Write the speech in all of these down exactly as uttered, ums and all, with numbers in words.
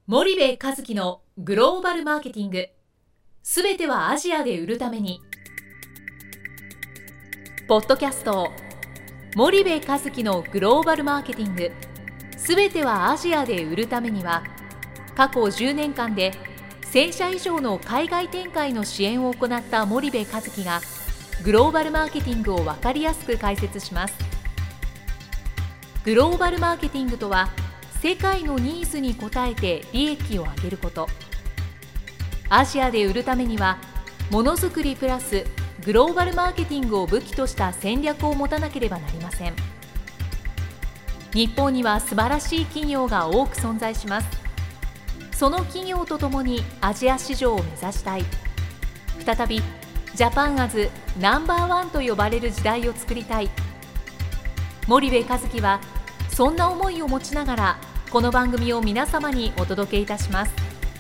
森部一樹のグローバルマーケティング、すべてはアジアで売るために。ポッドキャスト森部一樹のグローバルマーケティング、すべてはアジアで売るためには、過去じゅうねんかんでせんしゃ以上の海外展開の支援を行った森部一樹がグローバルマーケティングを分かりやすく解説します。グローバルマーケティングとは、世界のニーズに応えて利益を上げること。アジアで売るためには、ものづくりプラスグローバルマーケティングを武器とした戦略を持たなければなりません。日本には素晴らしい企業が多く存在します。その企業とともにアジア市場を目指したい。再びジャパンアズナンバーワンと呼ばれる時代を作りたい。森部一樹はそんな思いを持ちながら、この番組を皆様にお届けいたします。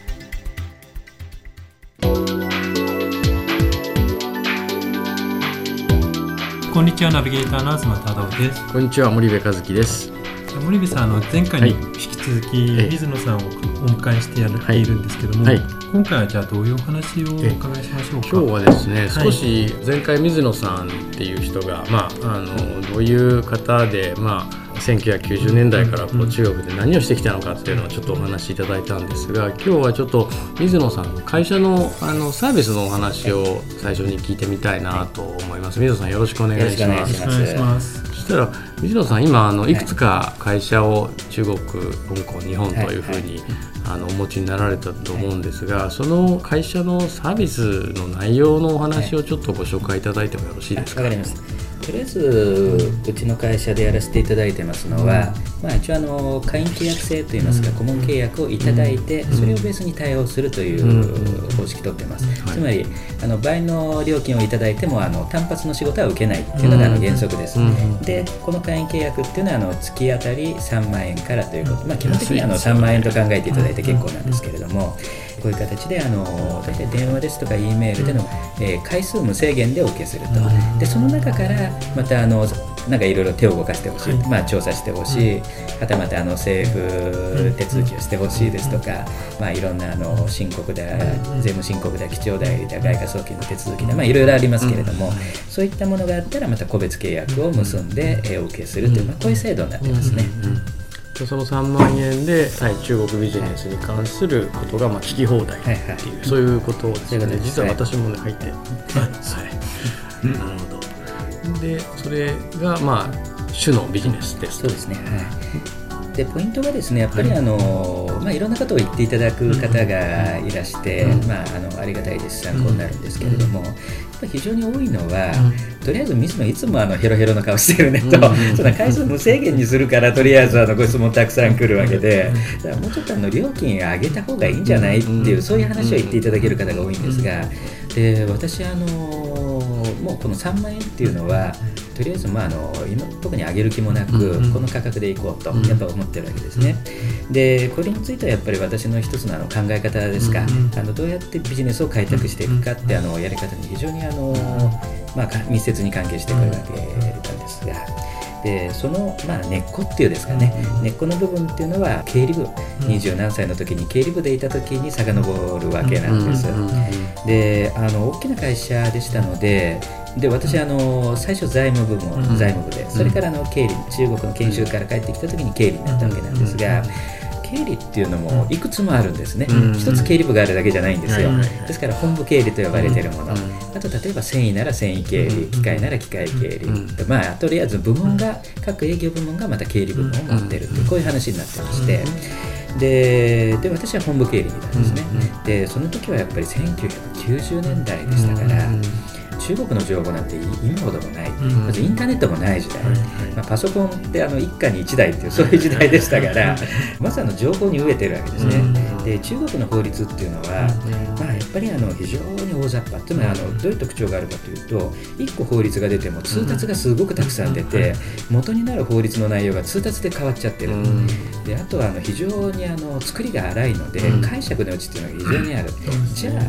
こんにちは、ナビゲーターの東忠夫です。 こんにちは、森部一樹です。 森部さん、あの前回に引き続き、はい、水野さんをお迎えしてやっているんですけども、はいはい、今回はじゃあどういうお話をお伺いしましょうか。 今日はですね、少し前回水野さんっていう人が、まあ、あのどういう方で、まあ、せんきゅうひゃくきゅうじゅうねんだいからこう中国で何をしてきたのかっていうのをちょっとお話しいただいたんですが、今日はちょっと水野さんの会社の、あのサービスのお話を最初に聞いてみたいなと思います。水野さん、よろしくお願いします。 よろしくお願いします。 そしたら水野さん、今あのいくつか会社を中国、香港、日本というふうに、はいはい、あのお持ちになられたと思うんですが、その会社のサービスの内容のお話をちょっとご紹介いただいてもよろしいですか。 わかります。とりあえずうちの会社でやらせていただいてますのは、うんまあ、一応あの会員契約制といいますか、うん、顧問契約をいただいて、うん、それをベースに対応するという方式を取っています、うん、つまりあの倍の料金をいただいてもあの単発の仕事は受けないというのがあの原則です、うん、でこの会員契約っていうのはあの月当たりさんまんえんからということ、まあ、基本的にあのさんまんえんと考えていただいて結構なんですけれども、こういう形であの大体電話ですとか E メールでの、えー、回数無制限でお受けすると。でその中からまたあのなんかいろいろ手を動かしてほしい、まあ、調査してほしい、はたまたあの政府手続きをしてほしいですとか、まあ、いろんなあの申告だ、税務申告だ、基調代理だ、外貨送金の手続きだ、まあ、いろいろありますけれども、そういったものがあったらまた個別契約を結んでお受けするという、まあ、こういう制度になってますね。 そのさんまんえんで、はい、中国ビジネスに関することがまあ聞き放題っていう、はいはい、そういうことですね。実は私も、ね、入って、はいはい、なるほど。でそれがまあ主のビジネスです。 そうですね、はい、でポイントがですね、やっぱりあの、はいまあ、いろんなことを言っていただく方がいらして、うんまあ、あのありがたいです、参考になるんですけれども、うん、やっぱ非常に多いのは、うん、とりあえず水野いつもあのヘロヘロの顔してるねと、うん、その回数無制限にするからとりあえずあのご質問たくさん来るわけで、だからもうちょっとあの料金上げた方がいいんじゃないっていう、そういう話を言っていただける方が多いんですが、で私あのもうこのさんまんえんっていうのはとりあえずまああの今特に上げる気もなく、うん、この価格でいこうとやっぱ思ってるわけですね、うん、でこれについてはやっぱり私の一つのあの考え方ですか、うん、あのどうやってビジネスを開拓していくかってあのやり方に非常にあの、まあ、密接に関係してくるわけなんですが、でその、まあ、根っこっていうですかね、うん、根っこの部分っていうのは経理部、二十何歳の時に経理部でいた時に遡るわけなんです、うんうん、であの大きな会社でしたのでで私あの最初財務部門、うん、財務部でそれからあの経理、中国の研修から帰ってきた時に経理になったわけなんですが、経理っていうのもいくつもあるんですね、うん、一つ経理部があるだけじゃないんですよ、うん、ですから本部経理と呼ばれているもの、うん、あと例えば繊維なら繊維経理、機械なら機械経理、うん、まあとりあえず部門が各営業部門がまた経理部門を持っているという、こういう話になってまして、で, で私は本部経理にいたんですね、でその時はやっぱりせんきゅうひゃくきゅうじゅうねんだいでしたから、中国の情報なんて今ほどもない、うん、まずインターネットもない時代、はいはいまあ、パソコンってあの一家に一台っていうそういう時代でしたからまずあの情報に飢えてるわけですね、うん、で中国の法律っていうのは、うんまあ、やっぱりあの非常に大雑把、つまりあのどういう特徴があるかというと、いっこ法律が出ても通達がすごくたくさん出て、元になる法律の内容が通達で変わっちゃってる、うん、であとはあの非常にあの作りが荒いので、解釈の余地っていうのが非常にある、うん、じゃあ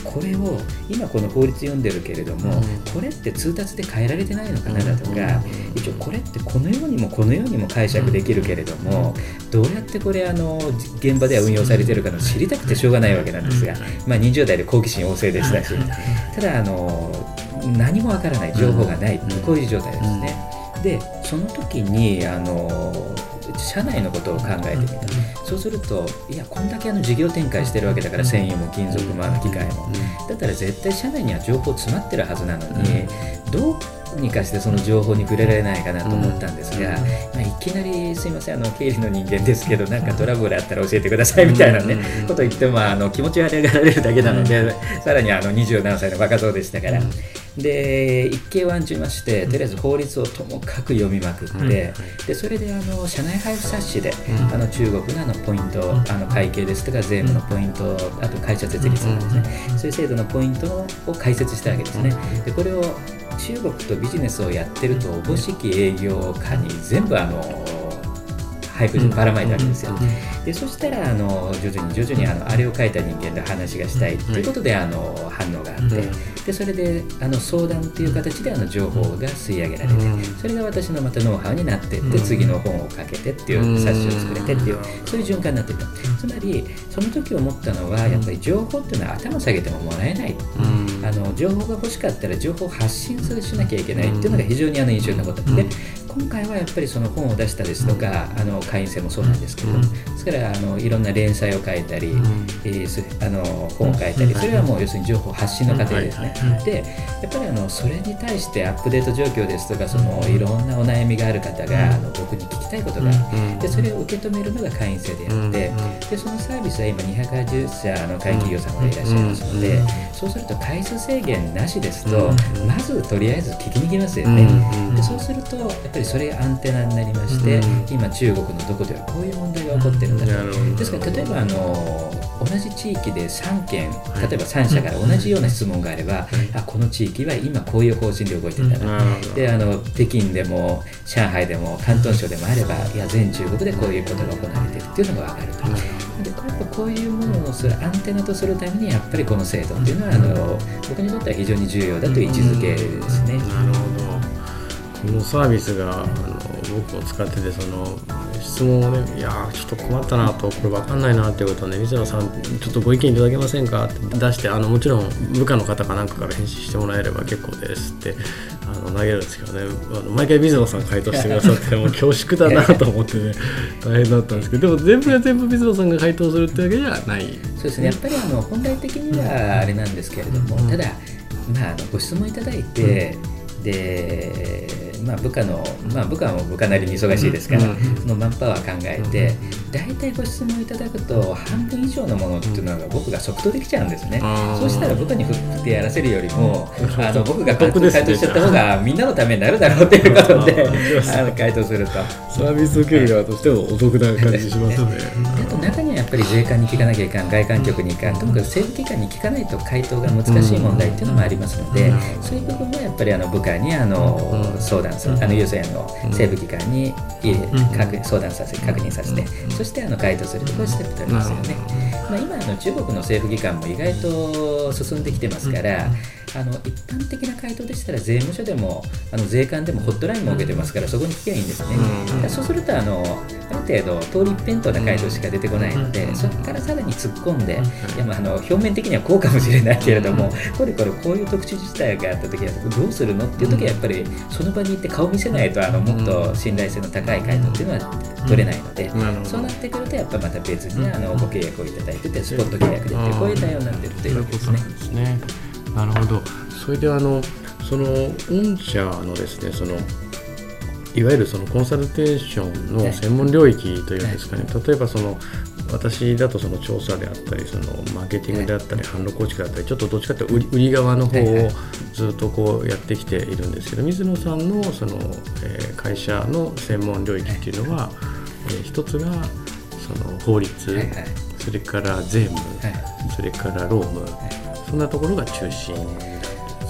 これを今この法律読んでるけれども、うん、これって通達で変えられてないのかなだとか、うん、一応これってこのようにもこのようにも解釈できるけれども、うん、どうやってこれあの現場では運用されているかの知りたくてしょうがないわけなんですが、まあ、にじゅう代で好奇心旺盛でしたし、ただあの何もわからない情報がない、うん、こういう状態ですね。でその時にあの社内のことを考えてみた、うん、そうするといやこんだけあの事業展開してるわけだから、繊維も金属もあの機械も、うん、だったら絶対社内には情報詰まってるはずなのに、うん、どうにかしてその情報に触れられないかなと思ったんですが、うんまあ、いきなりすいませんあの経理の人間ですけどなんかトラブルあったら教えてくださいみたいな、ねうん、ことを言ってもあの気持ち悪がられるだけなので、うん、さらにあのにじゅうななさいの若造でしたから、うんで一計を案じまして、とりあえず法律をともかく読みまくって、うん、でそれであの社内配布冊子で、うん、あの中国のあのポイント、うん、あの会計ですとか税務のポイント、あと会社設立とかですね、うん、そういう制度のポイントを解説したわけですね。でこれを中国とビジネスをやってるとおぼしき営業課に全部あの配布ばらまいたわけですよ。でそしたらあの徐々に徐々にあのあれを書いた人間で話がしたいということであの反応があって、でそれであの相談という形であの情報が吸い上げられて、それが私のまたノウハウになっていって、次の本を書けてっていう冊子を作れてっていう、そういう循環になっていた。つまりその時思ったのはやっぱり情報っていうのは頭下げてももらえない、あの情報が欲しかったら情報を発信するしなきゃいけないっていうのが非常にあの印象に残った。で今回はやっぱりその本を出したですとか、あの会員制もそうなんですけど、ですからあのいろんな連載を書いたり、えー、あの本を書いたり、それはもう要するに情報発信の過程ですね。でやっぱりあのそれに対してアップデート状況ですとか、そのいろんなお悩みがある方があの僕に聞きたいことがあって、でそれを受け止めるのが会員制でやって、でそのサービスは今にひゃくはちじゅっしゃの会員企業さんがいらっしゃいますので、そうすると回数制限なしですと、まずとりあえず聞きに来ますよね。でそうするとやっぱりそれがアンテナになりまして、今中国のどこではこういう問題が起こってるんだと。ですから例えばあの同じ地域でさんけん、例えばさんしゃから同じような質問があれば、あこの地域は今こういう方針で動いてるんだな、であの北京でも上海でも広東省でもあれば、いや全中国でこういうことが行われているっていうのが分かると。でやっぱこういうものをするアンテナとするためにやっぱりこの制度っていうのはあの僕にとっては非常に重要だという位置づけですね。 なるほど。このサービスがあの僕も使ってて、その質問をね、いやちょっと困ったなと、これ分かんないなっていうことをね、水野さんちょっとご意見いただけませんかって出して、あのもちろん部下の方かなんかから返信してもらえれば結構ですってあの投げるんですけどね、あの毎回水野さん回答してくださってもう恐縮だなと思ってね大変だったんですけど、でも全部が全部水野さんが回答するってわけじゃない。 そうですね、やっぱりあの本来的にはあれなんですけれども、うん、ただ、まあ、あのご質問いただいて、うん、でまあ、部下の、まあ、部下も部下なりに忙しいですから、うん、そのマンパワー考えて、大体ご質問いただくと半分以上のものっていうのが僕が即答できちゃうんですね。そうしたら部下に振ってやらせるよりも、あの僕が回答しちゃった方がみんなのためになるだろうっていうことであの回答するとサービス受ける側としてもお得な感じしますね。 あと中にはやっぱり税関に聞かなきゃいかん、外関局に行かん、ともかく政府機関に聞かないと回答が難しい問題っていうのもありますので、そういう部分もやっぱりあの部下にあの相談する、あの要するにあの政府機関に確相談させ確認させて、そしてあの回答すると、こういうステップありますよね。まあ、今あの中国の政府機関も意外と進んできてますから、あの一般的な回答でしたら税務署でもあの税関でもホットラインも受けてますから、そこに聞けばいいんですね。そうするとあのある程度通り一辺倒な回答しか出てこないので、そこからさらに突っ込んで、いやまああの表面的にはこうかもしれないけれども、これこれこういう特殊事態があった時はどうするのっていう時はやっぱりその場に行って顔見せないと、あのもっと信頼性の高い回答っていうのは取れないので、そうなってくるとやっぱまた別にあのご契約をいただいてて、スポット契約でこういう対応になっているというわけですね。 なるほど。それであのその御社のですね、そのいわゆるそのコンサルテーションの専門領域というんですかね、例えばその私だとその調査であったり、そのマーケティングであったり、販路構築であったり、ちょっとどっちかというと売り側の方をずっとこうやってきているんですけど、水野さんのその会社の専門領域っていうのは、一つがその法律、それから税務、それから労務、そんなところが中心なんです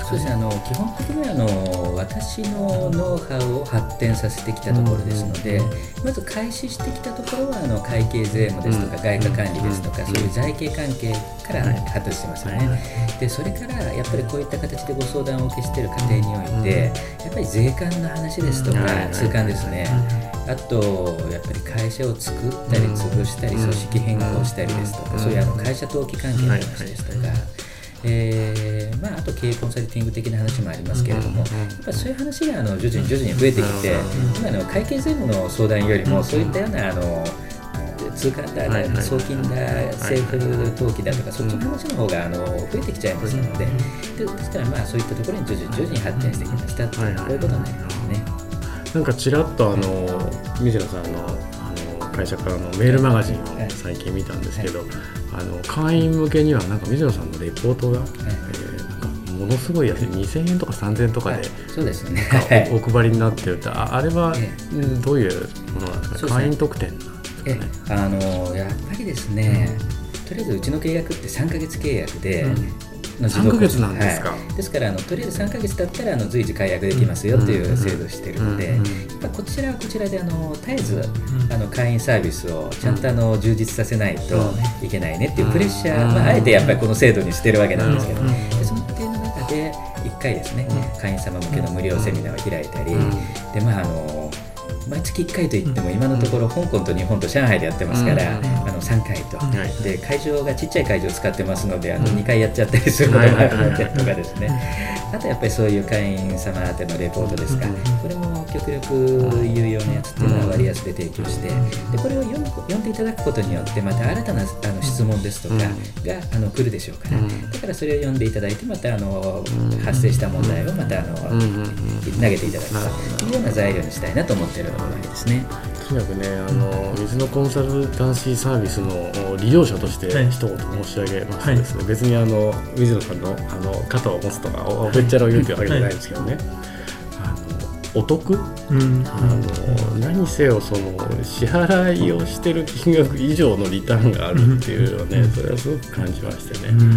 かね。 そうですね、あの基本的にはあの私のノウハウを発展させてきたところですので、うんうん、まず開始してきたところはあの会計税務ですとか、うん、外貨管理ですとか、うん、そういう財形関係から発達してますよね、はい、でそれからやっぱりこういった形でご相談を受けしている過程において、うん、やっぱり税関の話ですとか、うん、通関ですね、うん、あとやっぱり会社を作ったり潰したり、うん、組織変更したりですとか、うん、そういうあの会社登記関係の話ですとか、えーまあ、あと経営コンサルティング的な話もありますけれども、やっぱりそういう話があの徐々に徐々に増えてきて、今の会計税務の相談よりもそういったようなあの通貨だ、送金だ、政府登記だとか、そっちの話の方があの増えてきちゃいますので、でですからまあそういったところに徐々に徐々に発展してきましたという、こういうことになりますね。 なんかちらっとあの水野さんの会社からのメールマガジンを最近見たんですけど、はいはい、あの会員向けにはなんか水野さんのレポートが、はい、えー、なんかものすごい安いにせんえんとかさんぜんえんとかで、はい、 そうですね、 お, お配りになってるって、あ, あれはどういうものなんですか、ね、会員特典なんですかね。 えあのやっぱりですね、うん、とりあえずうちの契約ってさんかげつ契約で、うん、 さんかげつなんですか。 はい、ですからあのとりあえずさんかげつ経ったらあの随時解約できますよという制度をしているので、やっぱこちらはこちらであの絶えずあの会員サービスをちゃんとあの充実させないといけないねっていうプレッシャー、まあ、あえてやっぱりこの制度にしてるわけなんですけど、でその過程の中でいっかいですね、会員様向けの無料セミナーを開いたり、でまああの毎月いっかいといっても今のところ香港と日本と上海でやってますから、あのさんかいと、で会場がちっちゃい会場を使ってますのであのにかいやっちゃったりすることもあるのでとかですね、あとやっぱりそういう会員様宛てのレポートですか、これも極力有用なやつっていうのは割安で提供して、でこれを読む読んでいただくことによってまた新たなあの質問ですとかがあの来るでしょうから、だからそれを読んでいただいてまたあの発生した問題をまたあの投げていただくというような材料にしたいなと思っているわけですね。 とにかくね、あの水のコンサルタンシーサービスの利用者として一言申し上げますとですね、はい、別にあの水野さんのあの肩を持つとかおべっちゃらを言うというわけじゃないんですけどね、はい、あのお得、うん、あの何せよその支払いをしてる金額以上のリターンがあるっていうのはね、それはすごく感じましてね、うん、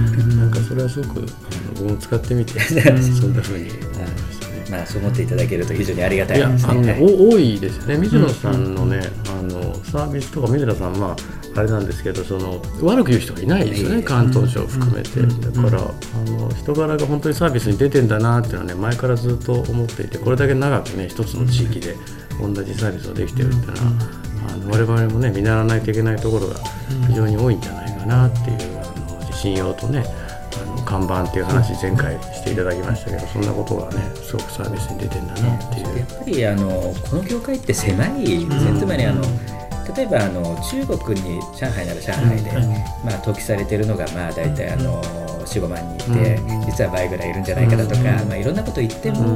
なんかそれはすごくあの僕も使ってみてそんな風に思いました。 まあ、そう思っていただけると非常にありがたいですね。 いやあの、ね、多いですよね。水野さんのね、うん、あのサービスとか水野さんはあれなんですけど、その悪く言う人がいないですよね、広東省を含めて、うん、だからあの人柄が本当にサービスに出てんだなっていうのはね、前からずっと思っていて、これだけ長くね一つの地域で同じサービスをできてるっていうのは、あの我々もね見習わないといけないところが非常に多いんじゃないかなっていう、あの信用とね看板っていう話前回していただきましたけど、そんなことがねすごくサービスに出てんだなっていう。 やっぱりあのこの業界って狭い、うん、つまりあの例えばあの中国に上海なら上海で、うん、まあ、登記されているのがまあ大体あのよん、ごまん人いて、うん、実は倍ぐらいいるんじゃないかだとか、うん、まあ、いろんなこと言っても、うん、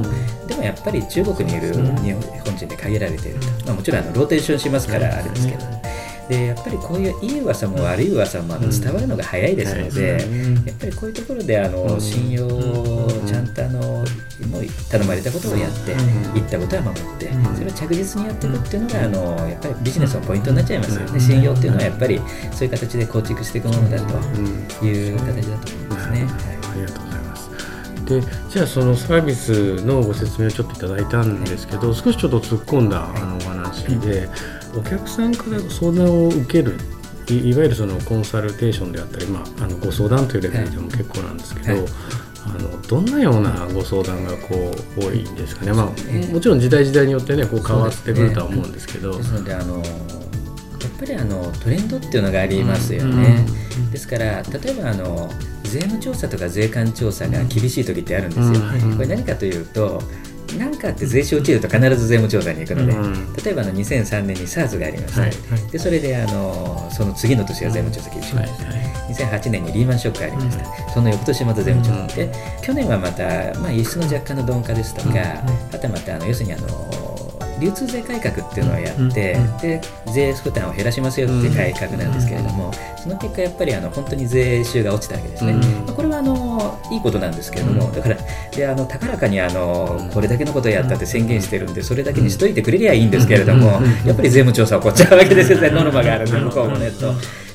でもやっぱり中国にいる日本人で限られていると、まあ、もちろんあのローテーションしますからあれですけど、でやっぱりこういういい噂も悪い噂もあの伝わるのが早いですので、うん、やっぱりこういうところであの信用をちゃんとあのもう頼まれたことをやって、うん、言ったことは守って、うん、それを着実にやっていくっていうのがあのやっぱりビジネスのポイントになっちゃいますよね。信用っていうのはやっぱりそういう形で構築していくものだという形だと思いますね。はい、 ありがとうございます。でじゃあそのサービスのご説明をちょっといただいたんですけど、はい、少しちょっと突っ込んだあのお話で、お客さんから相談を受ける い, いわゆるそのコンサルテーションであったり、まあ、あのご相談というレベルでも結構なんですけど、はい、あのどんなようなご相談がこう多いんですかね。まあ、もちろん時代時代によってねこう変わってくるとは思うんですけど、 ですのであのやっぱりあのトレンドっていうのがありますよね、うんうん、ですから例えばあの税務調査とか税関調査が厳しい時ってあるんですよ、うんうん、これ何かというと何かあって税収落ちると必ず税務調査に行くので、うん、例えばのにせんさんねんに SARS がありました、はいはい、でそれであのその次の年が税務調査厳しくなりました、はいはい、にせんはちねんにリーマンショックがありました、うん、その翌年また税務調査で、うん、去年はまた、まあ、輸出の若干の鈍化ですとか、うん、はたまたあの要するにあの流通税改革っていうのをやって、うん、で税負担を減らしますよっていう改革なんですけれども、うん、その結果やっぱりあの本当に税収が落ちたわけですね、うん、まあ、これはあのいいことなんですけれども、うん、だからであの高らかにあのこれだけのことをやったって宣言してるんでそれだけにしといてくれりゃいいんですけれども、やっぱり税務調査起こっちゃうわけですよねノルマがあるんで向こうもねと。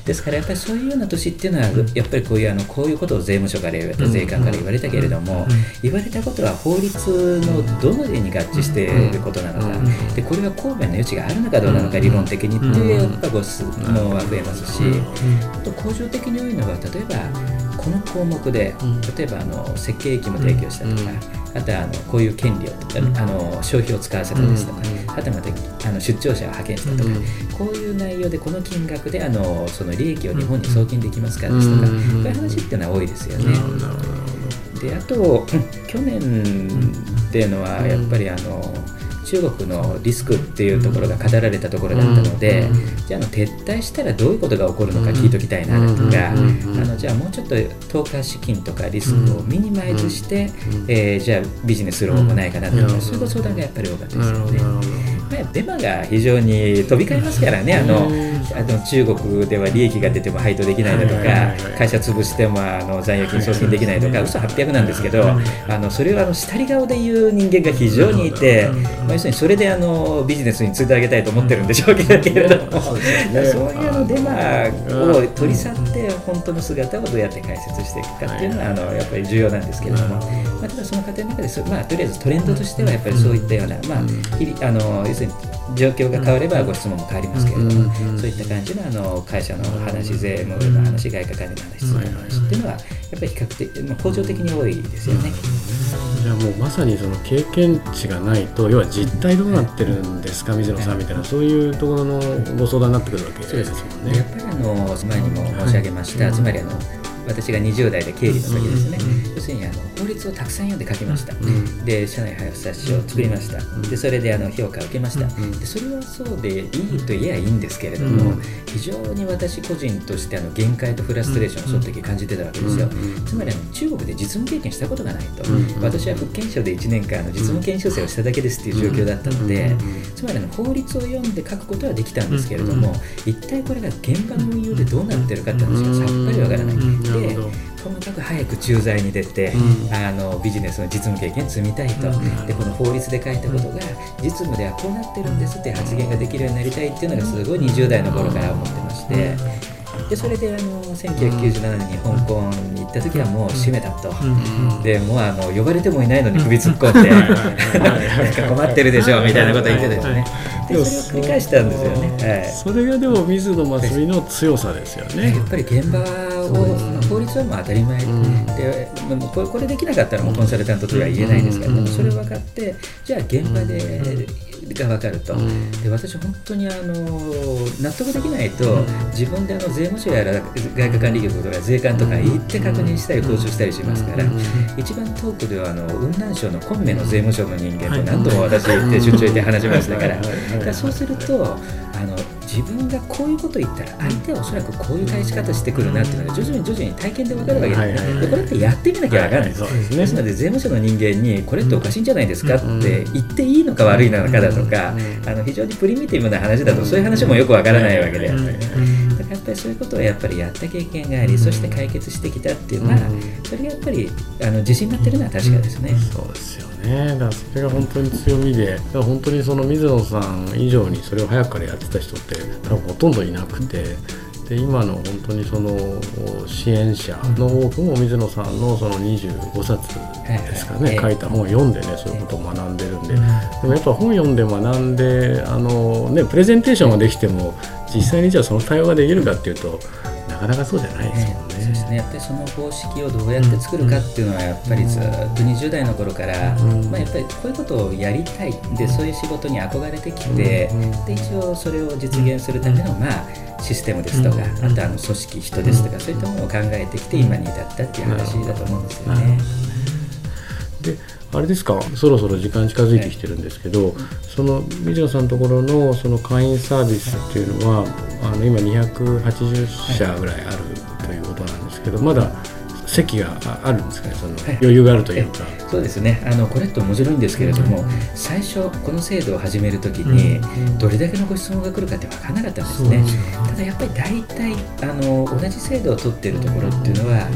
ですからやっぱりそういうような年っていうのはやっぱりこういうあのこういうことを税務署から言われた、税関から言われたけれども、言われたことは法律のどの例に合致していることなのか、でこれは抗弁の余地があるのかどうなのか理論的にってやっぱご質問は増えますし、あと恒常的に多いのは例えばこの項目で例えばあの設計費も提供したとか、あとはあのこういう権利をあの消費を使わせたですとか、あとまたあの出張者を派遣したとか、こういう内容でこの金額であのその利益を日本に送金できますかですとか、こういう話っていうのは多いですよね。であと去年っていうのはやっぱりあの中国のリスクっていうところが語られたところだったので、じゃあ、あの撤退したらどういうことが起こるのか聞いときたいなとか、あのじゃあもうちょっと投下資金とかリスクをミニマイズして、えー、じゃあビジネスする方法ないかなとか、そういうご相談がやっぱり多かったですよね。まあ、デマが非常に飛び交いますからね、あのあの中国では利益が出ても配当できないだとか、会社潰してもあの残預金送金できないとか、嘘はっぴゃくなんですけど、あのそれをあの下り顔で言う人間が非常にいて、まあ、要するにそれであのビジネスについてあげたいと思ってるんでしょうけれども、そういうあのデマを取り去って本当の姿をどうやって解説していくかっていうのはあのやっぱり重要なんですけれども、まあ、ただその過程の中で、まあ、とりあえずトレンドとしてはやっぱりそういったような、まあ、あの要するに状況が変わればご質問も変わりますけれども、そういった感じのあの会社の話、税務の話、外貨管理の話、質問の話っていうのはやっぱり比較的、まあ、恒常的に多いですよね。 じゃあもうまさにその経験値がないと、要は実態どうなってるんですか、水野さんみたいな、そういうところのご相談になってくるわけですもんね。 やっぱりあの前にも申し上げました、つまりあの私がにじゅう代で経理の時ですね、要するにあの法律をたくさん読んで書きました、で社内配布冊子を作りました、でそれであの評価を受けました、でそれはそうでいいと言えばいいんですけれども、非常に私個人としてあの限界とフラストレーションをその時感じてたわけですよ。つまりあの中国で実務経験したことがないと、私は福建省でいちねんかんの実務研修生をしただけですっていう状況だったので、つまりあの法律を読んで書くことはできたんですけれども、一体これが現場の運用でどうなってるかって話がさっぱりわからない。でともかく早く駐在に出て、うん、あのビジネスの実務経験を積みたいと、うん、でこの法律で書いたことが実務ではこうなってるんですって発言ができるようになりたいっていうのがすごいにじゅう代の頃から思ってまして、でそれであのせんきゅうひゃくきゅうじゅうななねんに香港に行った時はもう閉めたと、でもうあの呼ばれてもいないのに首突っ込んでなんか困ってるでしょうみたいなことを言ってですね、でそれを繰り返したんですよね。はい、 それがでも水野真澄の強さですよね。 やっぱり現場を法律はもう当たり前で、うん、これ、これできなかったらもうコンサルタントとは言えないですから、でもそれを分かってじゃあ現場でが分かると、で私本当にあの納得できないと自分であの税務署やら外貨管理局とか税関とか行って確認したり交渉したりしますから、一番遠くではあの雲南省の昆明の税務署の人間と何度も私行って出張行って話しましたから、だからそうするとあの自分がこういうことを言ったら相手はおそらくこういう返し方してくるなっていうのが徐々に徐々に体験で分かるわけですね。でこれってやってみなきゃ分からないです。ですので税務署の人間にこれっておかしいんじゃないですかって言っていいのか悪いのかだとか、あの非常にプリミティブな話だとそういう話もよく分からないわけで、だからやっぱりそういうことをやっぱりやった経験があり、そして解決してきたっていう、まあそれがやっぱりあの自信になってるのは確かですね。 そうですよね。だからそれが本当に強みで、だから本当にその水野さん以上にそれを早くからやってた人って多分ほとんどいなくて、で今の本当にその支援者の多くも水野さんのそのにじゅうごさつですかね、書いた本を読んでね、そういうことを学んでるんで、でもやっぱ本読んで学んであの、ね、プレゼンテーションができても実際にじゃあその対応ができるかっていうとなかなかそうじゃないですもんね。 そうですね。やっぱりその方式をどうやって作るかっていうのはやっぱりずっとにじゅう代の頃から、まあ、やっぱりこういうことをやりたいで、そういう仕事に憧れてきて、で一応それを実現するための、まあ、システムですとか、あとあの組織人ですとか、そういったものを考えてきて今に至ったっていう話だと思うんですよね。 であれですか、そろそろ時間近づいてきてるんですけど、はい、その水野さんのところのその会員サービスっていうのは、あの今にひゃくはちじゅっしゃぐらいあるということなんですけど、まだ席があるんですかね、その余裕があるというか。 そうですね、あのこれって面白いんですけれども、うん、最初この制度を始めるときにどれだけのご質問が来るかって分からなかったんですね。ただやっぱり大体あの同じ制度を取っているところっていうのは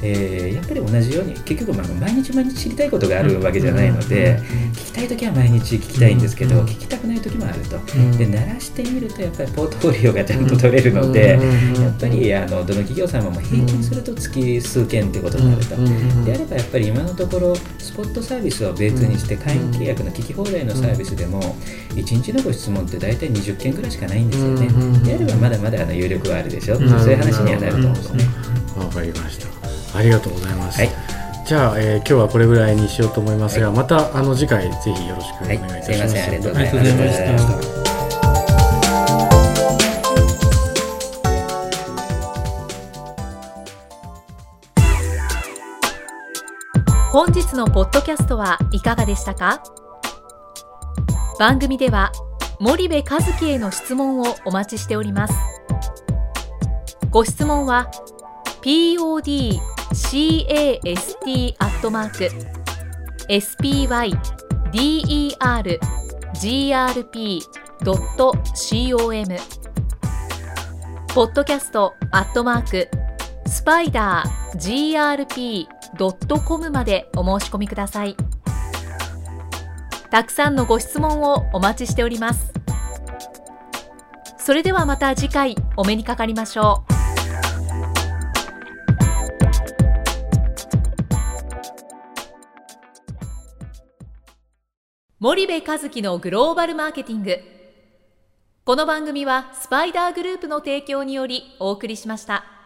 えー、やっぱり同じように結局まあ毎日毎日知りたいことがあるわけじゃないので、聞きたい時は毎日聞きたいんですけど、聞きたくない時もあると。で鳴らしてみるとやっぱりポートフォリオがちゃんと取れるので、やっぱりあのどの企業様も平均すると月数件ってことになると。であればやっぱり今のところスポットサービスをベースにして会員契約の聞き放題のサービスでもいちにちのご質問って大体にじゅっけんぐらいしかないんですよね。であればまだまだあの有力はあるでしょ、そういう話にはなると思うんですね。 わかりました。ありがとうございます。 はい、 じゃあ、えー、今日はこれぐらいにしようと思いますが、はい、またあの次回ぜひよろしくお願いいたします。はい、すいません、ありがとうございました。 本日のポッドキャストはいかがでしたか？番組では森部一樹への質問をお待ちしております。ご質問は ピーオーディーキャスト アットマーク エスピーワイディーイーアールジーアールピー ドット コム ポッドキャストアットマークスパイダー ジーアールピー ドット コム までお申し込みください。たくさんのご質問をお待ちしております。それではまた次回お目にかかりましょう。森部一樹のグローバルマーケティング。この番組はスパイダーグループの提供によりお送りしました。